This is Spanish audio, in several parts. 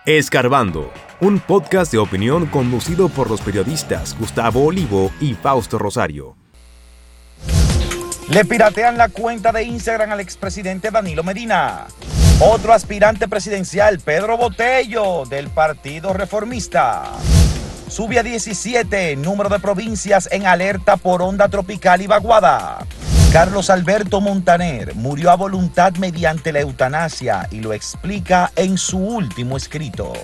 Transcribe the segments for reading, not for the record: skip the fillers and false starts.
Escarbando, un podcast de opinión conducido por los periodistas Gustavo Olivo y Fausto Rosario. Le piratean la cuenta de Instagram al expresidente Danilo Medina. Otro aspirante presidencial, Pedro Botello, del Partido Reformista. Sube a 17 número de provincias en alerta por onda tropical y vaguada. Carlos Alberto Montaner murió a voluntad mediante la eutanasia y lo explica en su último escrito.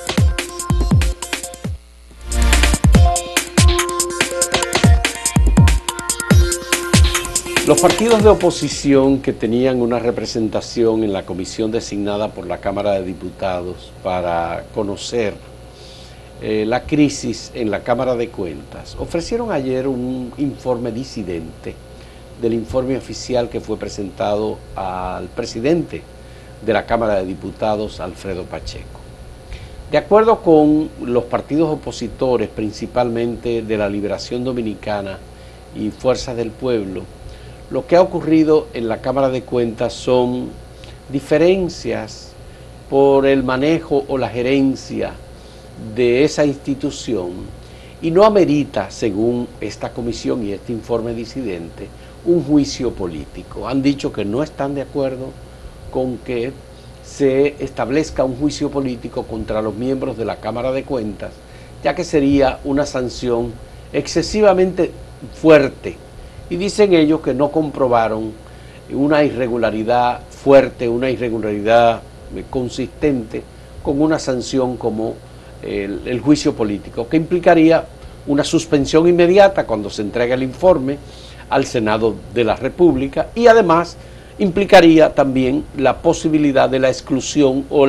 Los partidos de oposición que tenían una representación en la comisión designada por la Cámara de Diputados para conocer la crisis en la Cámara de Cuentas ofrecieron ayer un informe disidente del informe oficial que fue presentado al presidente de la Cámara de Diputados, Alfredo Pacheco. De acuerdo con los partidos opositores, principalmente de la Liberación Dominicana y Fuerzas del Pueblo, lo que ha ocurrido en la Cámara de Cuentas son diferencias por el manejo o la gerencia de esa institución y no amerita, según esta comisión y este informe disidente, un juicio político. Han dicho que no están de acuerdo con que se establezca un juicio político contra los miembros de la Cámara de Cuentas, ya que sería una sanción excesivamente fuerte. Y dicen ellos que no comprobaron una irregularidad fuerte, una irregularidad consistente con una sanción como el juicio político, que implicaría una suspensión inmediata cuando se entregue el informe al Senado de la República y además implicaría también la posibilidad de la exclusión o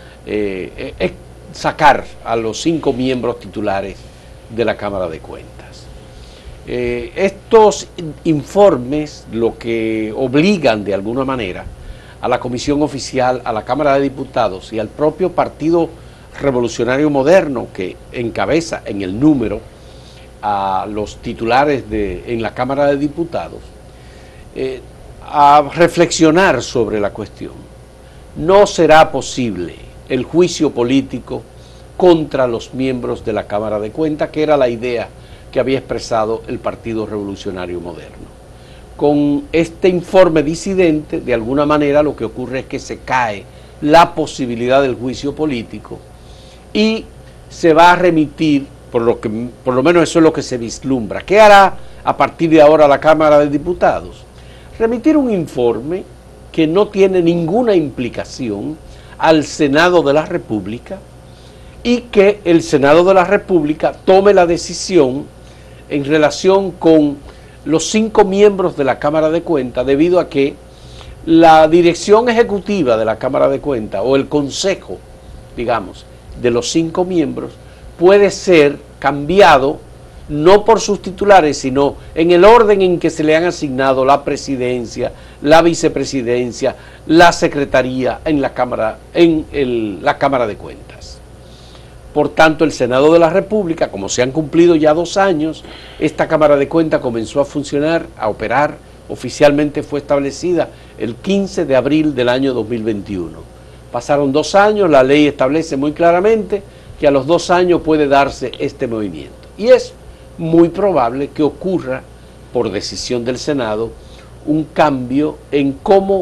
sacar a los 5 miembros titulares de la Cámara de Cuentas. Estos informes lo que obligan de alguna manera a la Comisión Oficial, a la Cámara de Diputados y al propio Partido Revolucionario Moderno que encabeza en el número a los titulares en la Cámara de Diputados, a reflexionar sobre la cuestión. No será posible el juicio político contra los miembros de la Cámara de Cuentas, que era la idea que había expresado el Partido Revolucionario Moderno. Con este informe disidente, de alguna manera lo que ocurre es que se cae la posibilidad del juicio político y se va a remitir, por lo menos eso es lo que se vislumbra. ¿Qué hará a partir de ahora la Cámara de Diputados? Remitir un informe que no tiene ninguna implicación al Senado de la República y que el Senado de la República tome la decisión en relación con los 5 miembros de la Cámara de Cuentas, debido a que la dirección ejecutiva de la Cámara de Cuentas o el consejo, digamos, de los 5 miembros puede ser cambiado no por sus titulares, sino en el orden en que se le han asignado la presidencia, la vicepresidencia, la secretaría en la Cámara, la Cámara de Cuentas. Por tanto, el Senado de la República, como se han cumplido ya 2 años, esta Cámara de Cuentas comenzó a funcionar, a operar, oficialmente fue establecida el 15 de abril del año 2021. Pasaron 2 años, la ley establece muy claramente que a los 2 años puede darse este movimiento. Y es muy probable que ocurra, por decisión del Senado, un cambio en cómo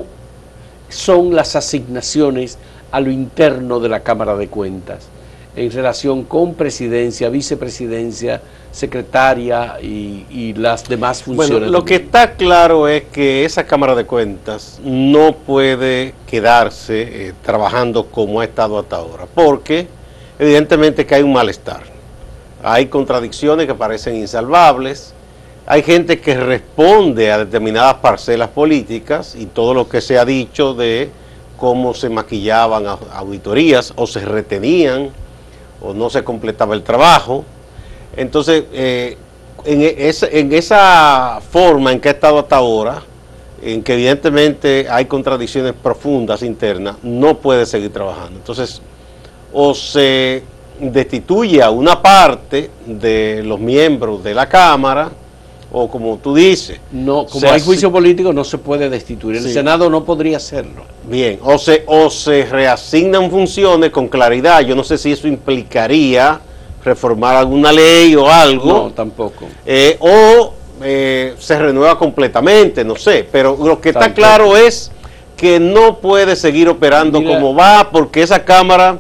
son las asignaciones a lo interno de la Cámara de Cuentas, en relación con presidencia, vicepresidencia, secretaria y las demás funciones. Bueno, lo que está claro es que esa Cámara de Cuentas no puede quedarse trabajando como ha estado hasta ahora, porque evidentemente que hay un malestar, hay contradicciones que parecen insalvables, hay gente que responde a determinadas parcelas políticas y todo lo que se ha dicho de cómo se maquillaban auditorías o se retenían o no se completaba el trabajo. Entonces, en esa forma en que ha estado hasta ahora, en que evidentemente hay contradicciones profundas internas, no puede seguir trabajando. Entonces, o se destituye a una parte de los miembros de la Cámara, o como tú dices. No, como hay juicio político no se puede destituir. El Sí. Senado no podría hacerlo. Bien, o se reasignan funciones con claridad. Yo no sé si eso implicaría reformar alguna ley o algo. No, tampoco. Se renueva completamente, no sé. Pero lo que está Tampoco. claro es que no puede seguir operando Mira, como va, porque esa Cámara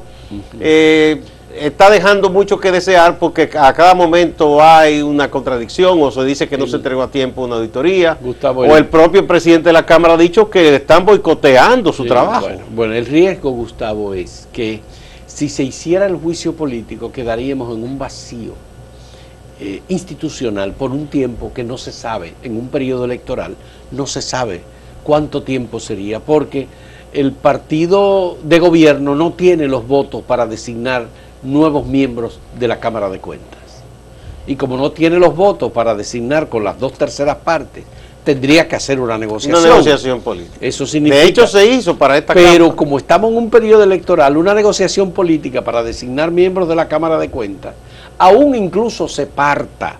está dejando mucho que desear, porque a cada momento hay una contradicción, o se dice que no se entregó a tiempo una auditoría, Gustavo, o el propio presidente de la Cámara ha dicho que están boicoteando su Sí, trabajo. Bueno, el riesgo, Gustavo, es que si se hiciera el juicio político quedaríamos en un vacío institucional por un tiempo que no se sabe, en un periodo electoral no se sabe cuánto tiempo sería, porque el partido de gobierno no tiene los votos para designar nuevos miembros de la Cámara de Cuentas. Y como no tiene los votos para designar con las 2/3 partes, tendría que hacer una negociación. Una negociación política. Eso significa, De hecho, se hizo para esta pero Cámara. como estamos en un periodo electoral, una negociación política para designar miembros de la Cámara de Cuentas, aún incluso se parta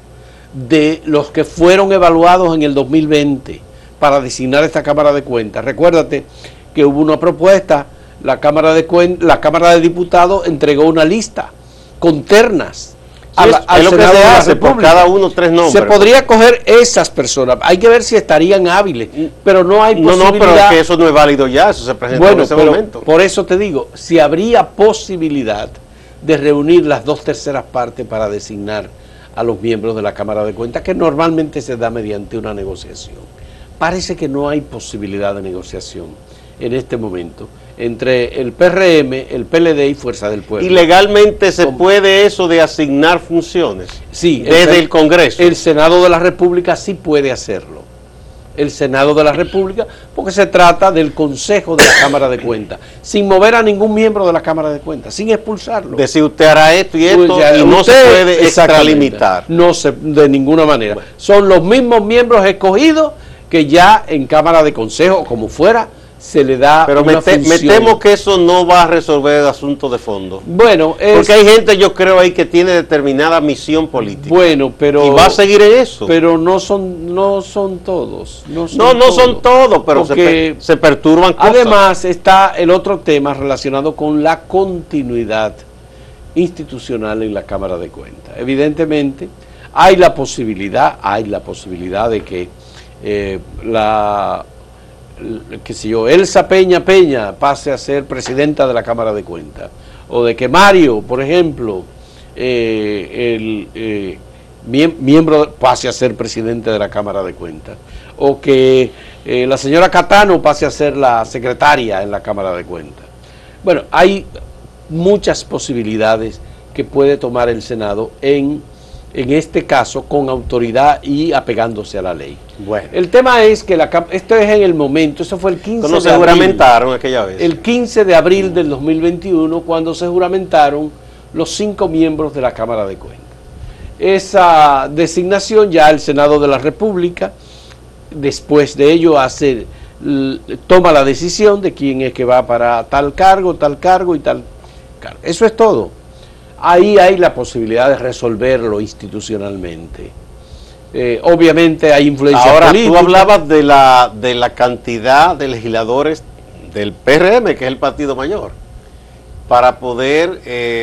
de los que fueron evaluados en el 2020 para designar esta Cámara de Cuentas. Recuérdate que hubo una propuesta, la Cámara de Diputados entregó una lista con ternas al es lo que Senado se de la hace por República. cada uno 3 nombres. Se podría coger esas personas, hay que ver si estarían hábiles, pero no hay No, posibilidad. pero es que eso no es válido ya, eso se presentó en Bueno, ese pero momento. por eso te digo, si habría posibilidad de reunir las 2/3 partes para designar a los miembros de la Cámara de Cuentas, que normalmente se da mediante una negociación. Parece que no hay posibilidad de negociación en este momento entre el PRM, el PLD y Fuerza del Pueblo. ¿Y legalmente se puede eso de asignar funciones? Sí, desde el Congreso. El Senado de la República sí puede hacerlo. El Senado de la República, porque se trata del Consejo de la Cámara de Cuentas, sin mover a ningún miembro de la Cámara de Cuentas, sin expulsarlo. Decir usted hará esto y esto, Pues ya, y no se usted, puede exactamente, extralimitar. No se, de ninguna manera. Bueno. Son los mismos miembros escogidos que ya en Cámara de Consejo, como fuera, se le da Pero una me función. temo que eso no va a resolver el asunto de fondo. Bueno, Porque hay gente, yo creo, ahí que tiene determinada misión política. bueno, pero y va a seguir en eso. Pero no son todos. no son todos, pero Porque se perturban cosas. además está el otro tema relacionado con la continuidad institucional en la Cámara de Cuentas. Evidentemente, hay la posibilidad de que qué sé yo, Elsa Peña pase a ser presidenta de la Cámara de Cuentas, o de que Mario, por ejemplo, miembro pase a ser presidente de la Cámara de Cuentas, o que la señora Catano pase a ser la secretaria en la Cámara de Cuentas. Bueno, hay muchas posibilidades que puede tomar el Senado en este caso con autoridad y apegándose a la ley. Bueno, El tema es que esto es en el momento, eso fue el 15 no de se abril. juramentaron aquella vez. El 15 de abril del 2021, cuando se juramentaron los 5 miembros de la Cámara de Cuentas. Esa designación ya el Senado de la República, después de ello, toma la decisión de quién es que va para tal cargo y tal cargo. Eso es todo. Ahí hay la posibilidad de resolverlo institucionalmente. Obviamente hay influencia Ahora, política. tú hablabas de la cantidad de legisladores del PRM, que es el partido mayor, para poder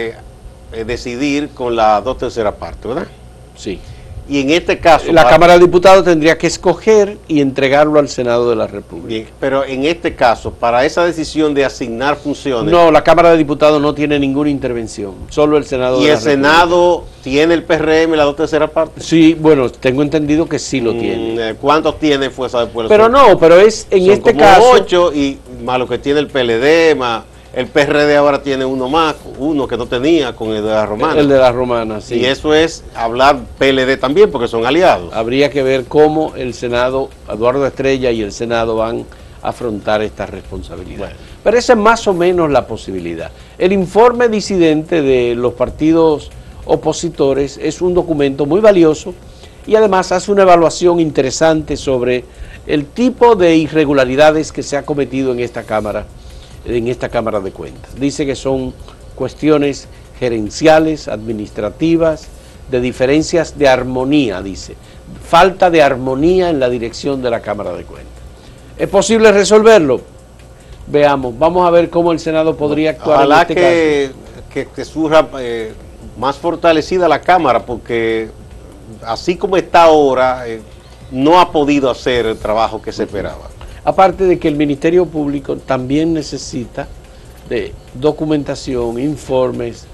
decidir con la 2/3 partes, ¿verdad? Sí. Y en este caso... La Cámara de Diputados tendría que escoger y entregarlo al Senado de la República. Bien, pero en este caso, para esa decisión de asignar funciones... No, la Cámara de Diputados no tiene ninguna intervención, solo el Senado ¿Y de la el Senado tiene el PRM la 2/3 parte? Sí, bueno, tengo entendido que sí lo tiene. ¿Cuántos tiene Fuerza del Pueblo? Pero no, pero es en Son este como caso... 8, y más lo que tiene el PLD, más el PRD ahora tiene uno que no tenía con el de la Romana. El de la Romana, sí. Y eso es hablar PLD también, porque son aliados. Habría que ver cómo el Senado, Eduardo Estrella y el Senado van a afrontar esta responsabilidad. Bueno. Pero esa es más o menos la posibilidad. El informe disidente de los partidos opositores es un documento muy valioso y además hace una evaluación interesante sobre el tipo de irregularidades que se ha cometido en esta Cámara de Cuentas. Dice que son cuestiones gerenciales, administrativas, de diferencias de armonía, dice, falta de armonía en la dirección de la Cámara de Cuentas. ¿Es posible resolverlo? Veamos, vamos a ver cómo el Senado podría actuar. Ojalá en este caso. Que surja más fortalecida la Cámara, porque así como está ahora, no ha podido hacer el trabajo que se esperaba. Aparte de que el Ministerio Público también necesita de documentación, informes,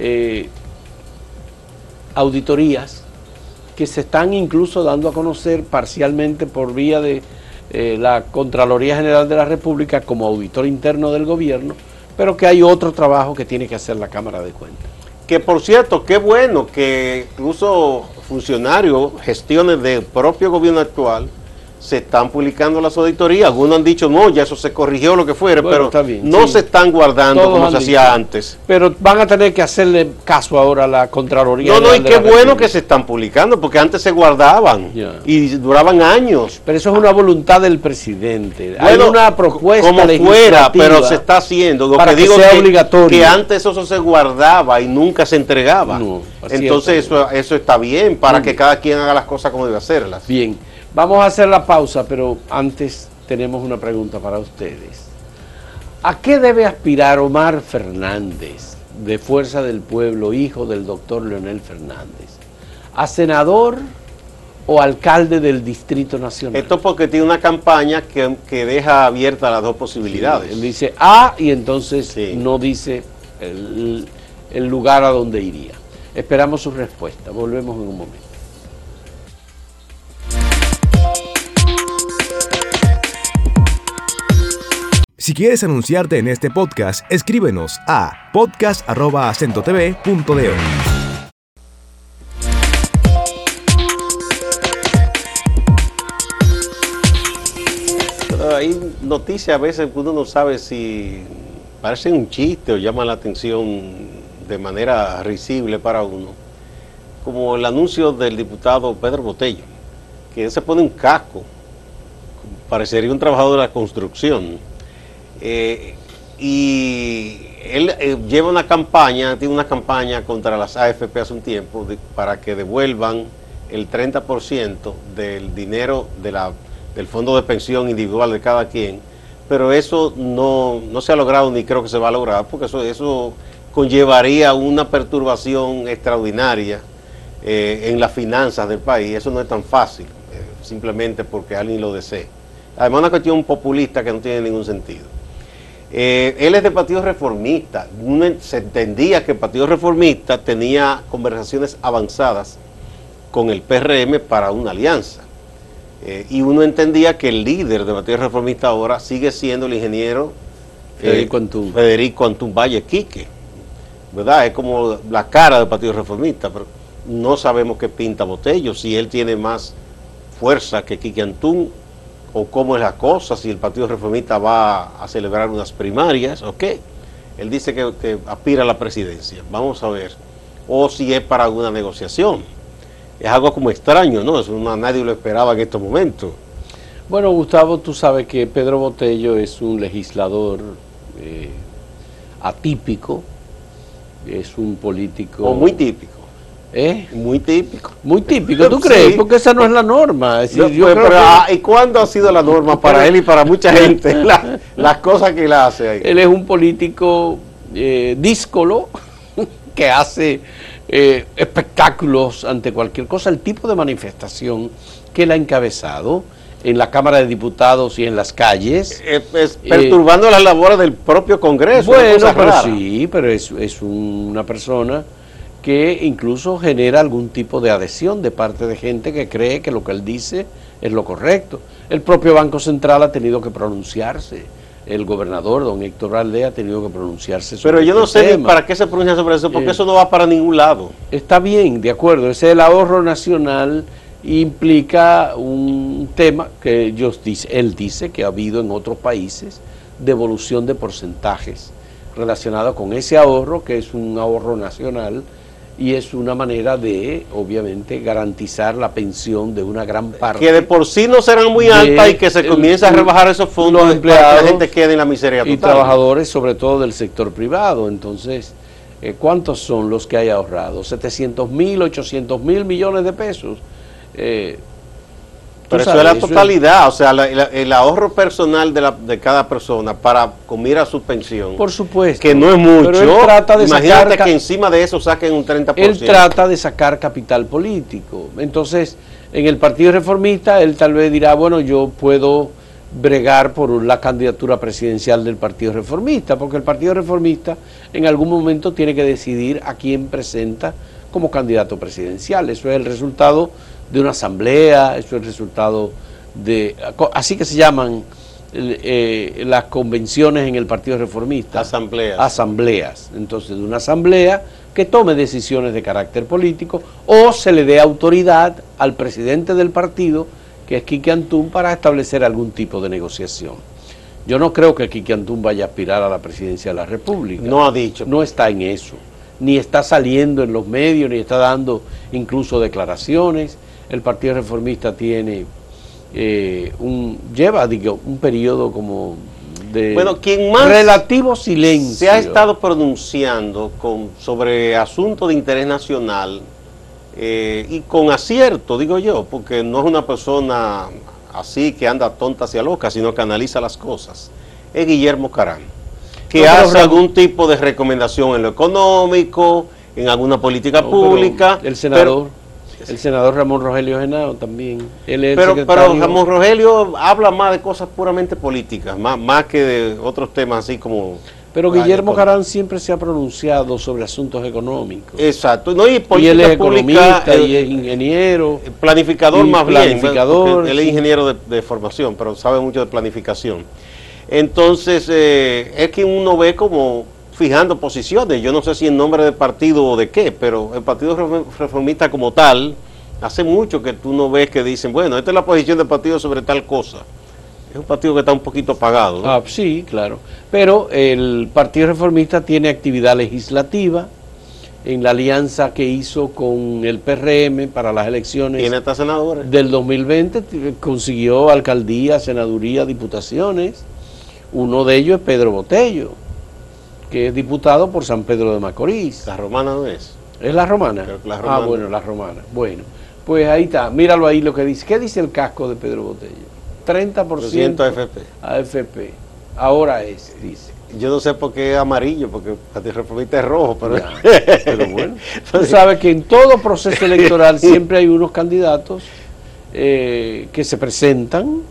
auditorías, que se están incluso dando a conocer parcialmente por vía de la Contraloría General de la República como auditor interno del gobierno, pero que hay otro trabajo que tiene que hacer la Cámara de Cuentas. Que por cierto, qué bueno que incluso funcionarios, gestiones del propio gobierno actual, se están publicando las auditorías. Algunos han dicho, no, ya eso se corrigió, lo que fuera, bueno, pero bien, no se están guardando todos como se hacía antes. Pero van a tener que hacerle caso ahora a la Contraloría. No, y qué bueno que se están publicando, porque antes se guardaban y duraban años. Pero eso es una voluntad del presidente. Bueno, hay una propuesta como fuera, pero se está haciendo. Lo para que digo sea obligatorio. Que antes eso se guardaba y nunca se entregaba. No, entonces eso está bien, para que cada quien haga las cosas como debe hacerlas. Bien. Vamos a hacer la pausa, pero antes tenemos una pregunta para ustedes. ¿A qué debe aspirar Omar Fernández, de Fuerza del Pueblo, hijo del doctor Leonel Fernández? ¿A senador o alcalde del Distrito Nacional? Esto porque tiene una campaña que deja abiertas las dos posibilidades. Sí, él dice A y entonces no dice el lugar a donde iría. Esperamos su respuesta. Volvemos en un momento. Si quieres anunciarte en este podcast, escríbenos a podcast@acentotv.de. Hay noticias a veces que uno no sabe si parecen un chiste o llaman la atención de manera risible para uno, como el anuncio del diputado Pedro Botello, que él se pone un casco, parecería un trabajador de la construcción. Y él lleva una campaña, tiene una campaña contra las AFP hace un tiempo para que devuelvan el 30% del dinero del fondo de pensión individual de cada quien, pero eso no se ha logrado ni creo que se va a lograr, porque eso conllevaría una perturbación extraordinaria en las finanzas del país. Eso no es tan fácil, simplemente porque alguien lo desee. Además, una cuestión populista que no tiene ningún sentido. Él es del Partido Reformista. Se entendía que el Partido Reformista tenía conversaciones avanzadas con el PRM para una alianza. Y uno entendía que el líder del Partido Reformista ahora sigue siendo el ingeniero Federico Antún Valle Quique, ¿verdad? Es como la cara del Partido Reformista, pero no sabemos qué pinta Botello, si él tiene más fuerza que Quique Antún, o cómo es la cosa, si el Partido Reformista va a celebrar unas primarias, ¿ok? Él dice que aspira a la presidencia, vamos a ver, o si es para alguna negociación. Es algo como extraño, ¿no? Nadie lo esperaba en estos momentos. Bueno, Gustavo, tú sabes que Pedro Botello es un legislador atípico, es un político... O muy típico. Muy típico. Muy típico, ¿tú crees? Sí. Porque esa no es la norma. Es decir, ¿y cuándo ha sido la norma para él y para mucha gente? Las cosas que él hace ahí. Él es un político díscolo que hace espectáculos ante cualquier cosa. El tipo de manifestación que él ha encabezado en la Cámara de Diputados y en las calles. Perturbando las labores del propio Congreso. Bueno, pero sí, pero es una persona que incluso genera algún tipo de adhesión de parte de gente que cree que lo que él dice es lo correcto. El propio Banco Central ha tenido que pronunciarse, el gobernador, don Héctor Aldea, ha tenido que pronunciarse sobre Pero yo no sé ni para qué se pronuncia sobre eso, porque eso no va para ningún lado. Está bien, de acuerdo, ese es el ahorro nacional, implica un tema que él dice que ha habido en otros países, devolución de porcentajes relacionado con ese ahorro, que es un ahorro nacional, y es una manera de, obviamente, garantizar la pensión de una gran parte. Que de por sí no serán muy altas y que se comience a rebajar esos fondos los empleados para que la gente quede en la miseria total. Y trabajadores, sobre todo del sector privado. Entonces, ¿cuántos son los que hay ahorrado? 700.000, 800.000 millones de pesos. Pero eso es la totalidad, o sea, el ahorro personal de cada persona para comer a su pensión. Por supuesto. Que no es mucho. Pero él trata de Imagínate que encima de eso saquen un 30%. Él trata de sacar capital político. Entonces, en el Partido Reformista, él tal vez dirá, bueno, yo puedo bregar por la candidatura presidencial del Partido Reformista, porque el Partido Reformista en algún momento tiene que decidir a quién presenta como candidato presidencial. Eso es el resultado de una asamblea, eso es el resultado de, así que se llaman las convenciones en el Partido Reformista. Asambleas. Entonces, de una asamblea que tome decisiones de carácter político o se le dé autoridad al presidente del partido, que es Quique Antún, para establecer algún tipo de negociación. Yo no creo que Quique Antún vaya a aspirar a la presidencia de la República. No ha dicho. No está en eso. Ni está saliendo en los medios, ni está dando incluso declaraciones. El Partido Reformista tiene lleva un periodo como de quien más relativo silencio. Se ha estado pronunciando sobre asuntos de interés nacional y con acierto, digo yo, porque no es una persona así que anda tonta hacia loca, sino que analiza las cosas. Es Guillermo Carán, que hace algún tipo de recomendación en lo económico, en alguna política pública. El senador Ramón Rogelio Genao también. Él es pero Ramón Rogelio habla más de cosas puramente políticas, más que de otros temas así como... Pero Guillermo Carán siempre se ha pronunciado sobre asuntos económicos. Exacto. No, y él es economista y es ingeniero. Planificador más bien. Él es ingeniero de formación, pero sabe mucho de planificación. Entonces, es que uno ve como fijando posiciones. Yo no sé si en nombre del partido o de qué, pero el Partido Reformista como tal, hace mucho que tú no ves que dicen, bueno, esta es la posición del partido sobre tal cosa. Es un partido que está un poquito apagado, ¿no? Sí, claro. Pero el Partido Reformista tiene actividad legislativa en la alianza que hizo con el PRM para las elecciones. ¿Tiene hasta senadores? Del 2020 consiguió alcaldía, senaduría, diputaciones. Uno de ellos es Pedro Botello, que es diputado por San Pedro de Macorís. ¿La Romana no es? ¿Es la Romana? Creo que la Romana. Bueno, la Romana. Bueno, pues ahí está. Míralo ahí lo que dice. ¿Qué dice el casco de Pedro Botello? 30% AFP. AFP. Ahora dice. Yo no sé por qué es amarillo, porque el Partido Reformista es rojo, pero... pero bueno, tú sabes que en todo proceso electoral siempre hay unos candidatos que se presentan,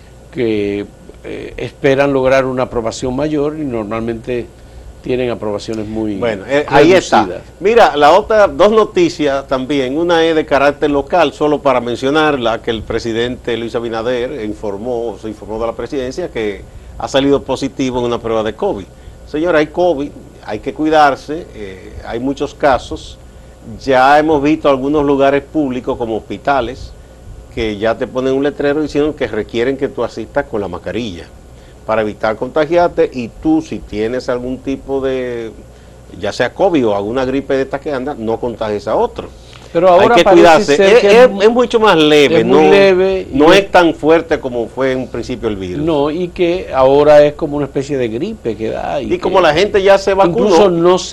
que esperan lograr una aprobación mayor y normalmente tienen aprobaciones muy ahí está. Mira, dos noticias también. Una es de carácter local, solo para mencionarla, que el presidente Luis Abinader se informó de la presidencia que ha salido positivo en una prueba de COVID. Señora, hay COVID, hay que cuidarse, hay muchos casos. Ya hemos visto algunos lugares públicos como hospitales que ya te ponen un letrero diciendo que requieren que tú asistas con la mascarilla para evitar contagiarte, y tú, si tienes algún tipo de, ya sea COVID o alguna gripe de esta que anda, no contagies a otro. Pero ahora hay que cuidarse. Es mucho más leve, no es tan fuerte como fue en principio el virus. No, y que ahora es como una especie de gripe que da. Y como la gente ya se vacunó. Incluso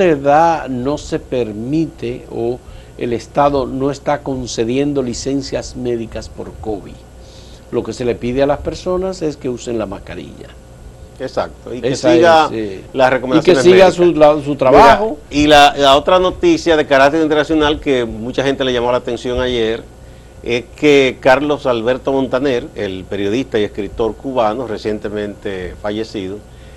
no se permite, o el Estado no está concediendo licencias médicas por COVID. Lo que se le pide a las personas es que usen la mascarilla. Exacto, y que siga las recomendaciones y que siga su trabajo. Mira, y la otra noticia de carácter internacional que mucha gente le llamó la atención ayer es que Carlos Alberto Montaner, el periodista y escritor cubano recientemente fallecido,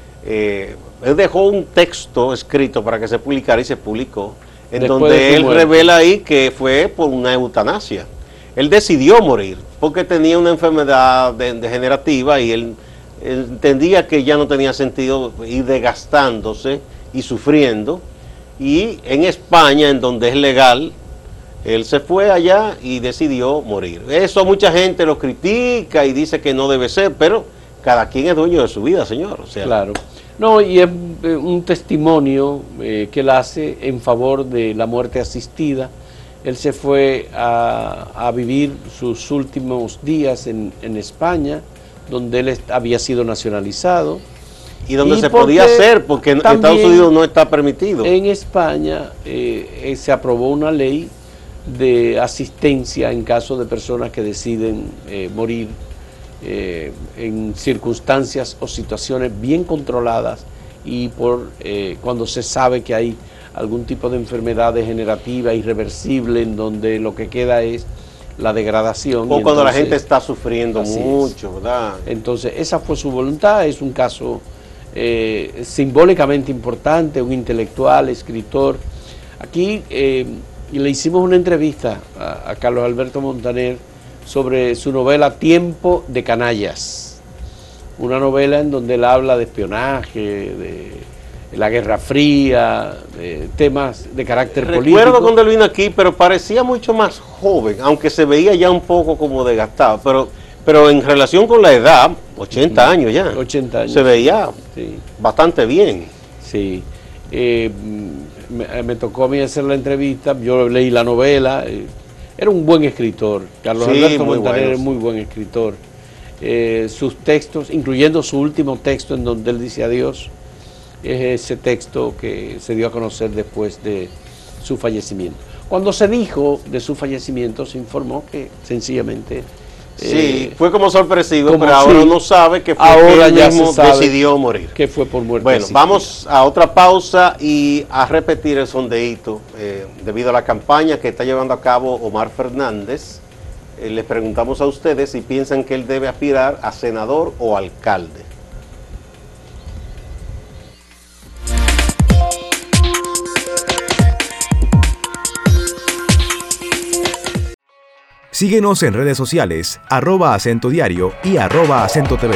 él dejó un texto escrito para que se publicara y se publicó, en donde él revela ahí que fue por una eutanasia. Él decidió morir porque tenía una enfermedad degenerativa y él entendía que ya no tenía sentido ir desgastándose y sufriendo, y en España, en donde es legal, él se fue allá y decidió morir. Eso mucha gente lo critica y dice que no debe ser, pero cada quien es dueño de su vida, señor. O sea, claro. No, y es un testimonio que él hace en favor de la muerte asistida. Él se fue a vivir sus últimos días en España, donde él había sido nacionalizado. Y donde se podía hacer, porque en Estados Unidos no está permitido. En España se aprobó una ley de asistencia en caso de personas que deciden morir en circunstancias o situaciones bien controladas y cuando se sabe que hay algún tipo de enfermedad degenerativa irreversible en donde lo que queda es la degradación. O cuando la gente está sufriendo mucho, ¿verdad? Entonces, esa fue su voluntad. Es un caso simbólicamente importante, un intelectual, escritor. Aquí le hicimos una entrevista a Carlos Alberto Montaner sobre su novela Tiempo de Canallas, una novela en donde él habla de espionaje, de la Guerra Fría, de temas de carácter político. Recuerdo cuando él vino aquí, pero parecía mucho más joven, aunque se veía ya un poco como desgastado, pero en relación con la edad, 80 años ya, 80 años, se veía bastante bien. Sí, me tocó a mí hacer la entrevista, yo leí la novela, era un buen escritor, Carlos Alberto Montaner es muy buen escritor. Sus textos, incluyendo su último texto en donde él dice adiós, es ese texto que se dio a conocer después de su fallecimiento. Cuando se dijo de su fallecimiento, se informó que sencillamente... Sí, fue como sorpresivo, pero ahora uno sabe que fue ahora que él mismo decidió morir. Que fue por muerte. Bueno, vamos a otra pausa y a repetir el sondeíto debido a la campaña que está llevando a cabo Omar Fernández. Les preguntamos a ustedes si piensan que él debe aspirar a senador o alcalde. Síguenos en redes sociales, @Acento Diario y @Acento TV.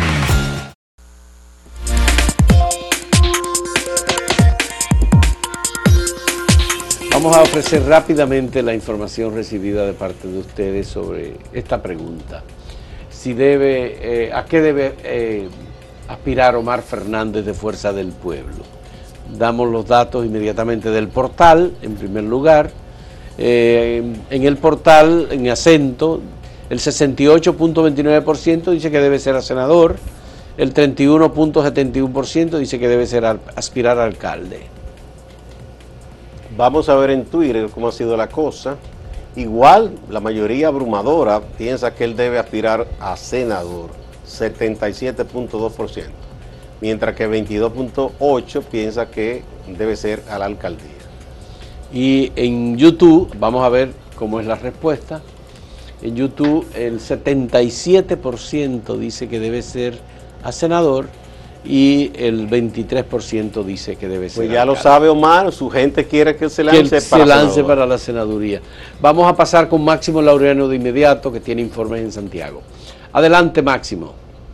Vamos a ofrecer rápidamente la información recibida de parte de ustedes sobre esta pregunta. Si ¿a qué debe aspirar Omar Fernández de Fuerza del Pueblo? Damos los datos inmediatamente del portal, en primer lugar. En el portal, en Acento, el 68.29% dice que debe ser a senador, el 31.71% dice que debe ser aspirar a alcalde. Vamos a ver en Twitter cómo ha sido la cosa. Igual, la mayoría abrumadora piensa que él debe aspirar a senador, 77.2%, mientras que 22.8% piensa que debe ser a la alcaldía. Y en YouTube, vamos a ver cómo es la respuesta. En YouTube el 77% dice que debe ser a senador y el 23% dice que debe ser Pues ya alcalde. Lo sabe Omar, su gente quiere que se lance, para la senaduría. Vamos a pasar con Máximo Laureano de inmediato, que tiene informes en Santiago. Adelante, Máximo.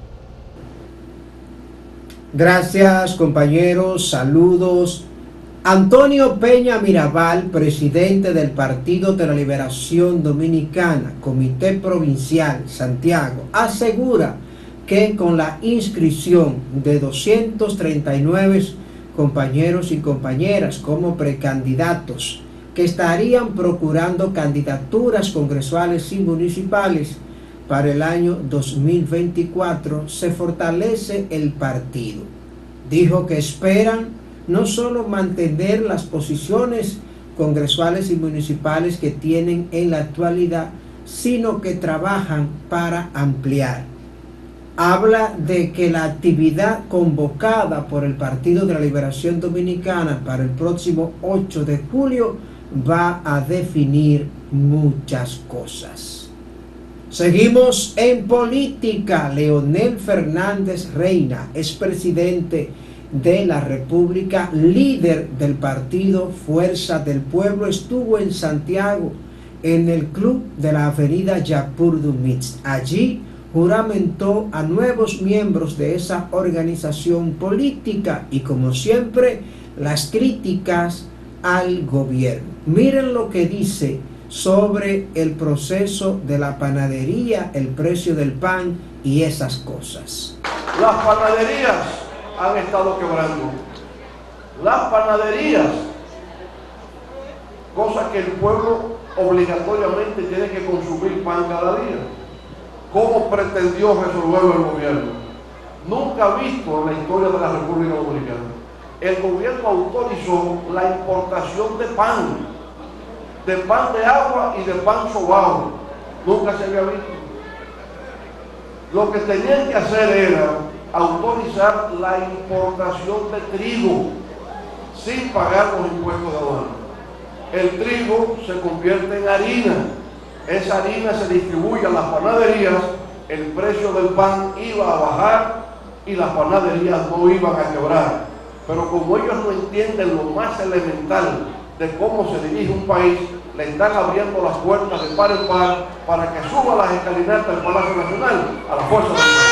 Gracias, compañeros, saludos. Antonio Peña Mirabal, presidente del Partido de la Liberación Dominicana, Comité Provincial Santiago, asegura que con la inscripción de 239 compañeros y compañeras como precandidatos que estarían procurando candidaturas congresuales y municipales para el año 2024, se fortalece el partido. Dijo que esperan no solo mantener las posiciones congresuales y municipales que tienen en la actualidad, sino que trabajan para ampliar. Habla de que la actividad convocada por el Partido de la Liberación Dominicana para el próximo 8 de julio va a definir muchas cosas. Seguimos en política. Leonel Fernández Reina, expresidente de la República, líder del partido Fuerza del Pueblo, estuvo en Santiago en el club de la avenida Yapur Dumitz. Allí juramentó a nuevos miembros de esa organización política y, como siempre, las críticas al gobierno. Miren lo que dice sobre el proceso de la panadería, el precio del pan y esas cosas. Las panaderías han estado quebrando. Las panaderías, cosa que el pueblo obligatoriamente tiene que consumir pan cada día. ¿Cómo pretendió resolverlo el gobierno? Nunca visto en la historia de la República Dominicana. El gobierno autorizó la importación de pan de pan de agua y de pan sobao. Nunca se había visto. Lo que tenían que hacer era autorizar la importación de trigo sin pagar los impuestos de aduana. El trigo se convierte en harina. Esa harina se distribuye a las panaderías, el precio del pan iba a bajar y las panaderías no iban a quebrar. Pero como ellos no entienden lo más elemental de cómo se dirige un país, le están abriendo las puertas de par en par para que suba las escalinatas del Palacio Nacional a la fuerza del país.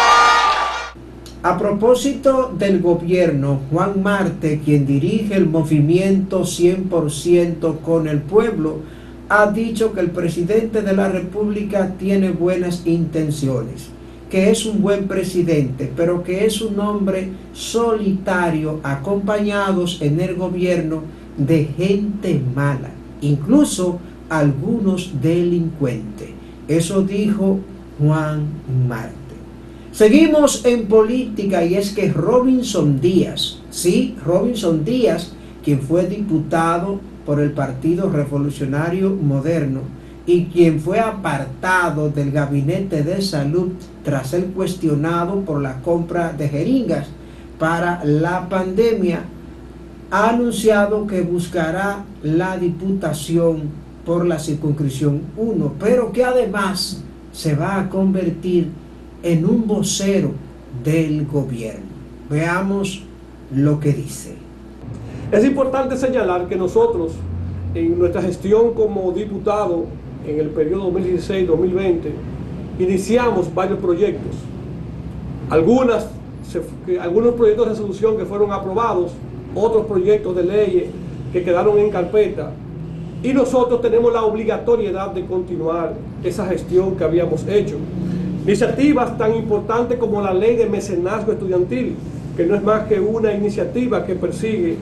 A propósito del gobierno, Juan Marte, quien dirige el movimiento 100% con el pueblo, ha dicho que el presidente de la República tiene buenas intenciones, que es un buen presidente, pero que es un hombre solitario, acompañados en el gobierno de gente mala, incluso algunos delincuentes. Eso dijo Juan Marte. Seguimos en política y es que Robinson Díaz, Robinson Díaz, quien fue diputado por el Partido Revolucionario Moderno y quien fue apartado del Gabinete de Salud tras ser cuestionado por la compra de jeringas para la pandemia, ha anunciado que buscará la diputación por la circunscripción 1, pero que además se va a convertir en un vocero del gobierno. Veamos lo que dice. Es importante señalar que nosotros, en nuestra gestión como diputado en el periodo 2016-2020, iniciamos varios proyectos. Algunos proyectos de resolución que fueron aprobados, otros proyectos de leyes que quedaron en carpeta, y nosotros tenemos la obligatoriedad de continuar esa gestión que habíamos hecho. Iniciativas tan importantes como la ley de mecenazgo estudiantil, que no es más que una iniciativa que persigue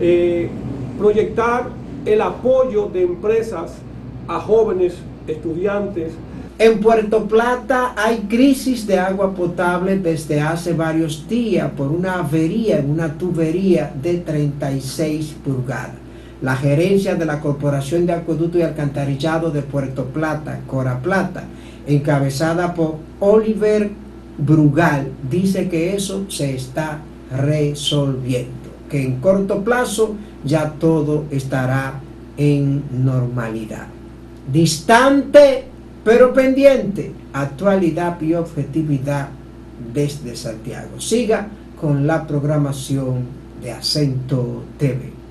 proyectar el apoyo de empresas a jóvenes estudiantes. En Puerto Plata hay crisis de agua potable desde hace varios días por una avería en una tubería de 36 pulgadas. La gerencia de la Corporación de Acueducto y Alcantarillado de Puerto Plata, Coraplata, encabezada por Oliver Brugal, dice que eso se está resolviendo, que en corto plazo ya todo estará en normalidad. Distante pero pendiente, actualidad y objetividad desde Santiago. Siga con la programación de Acento TV.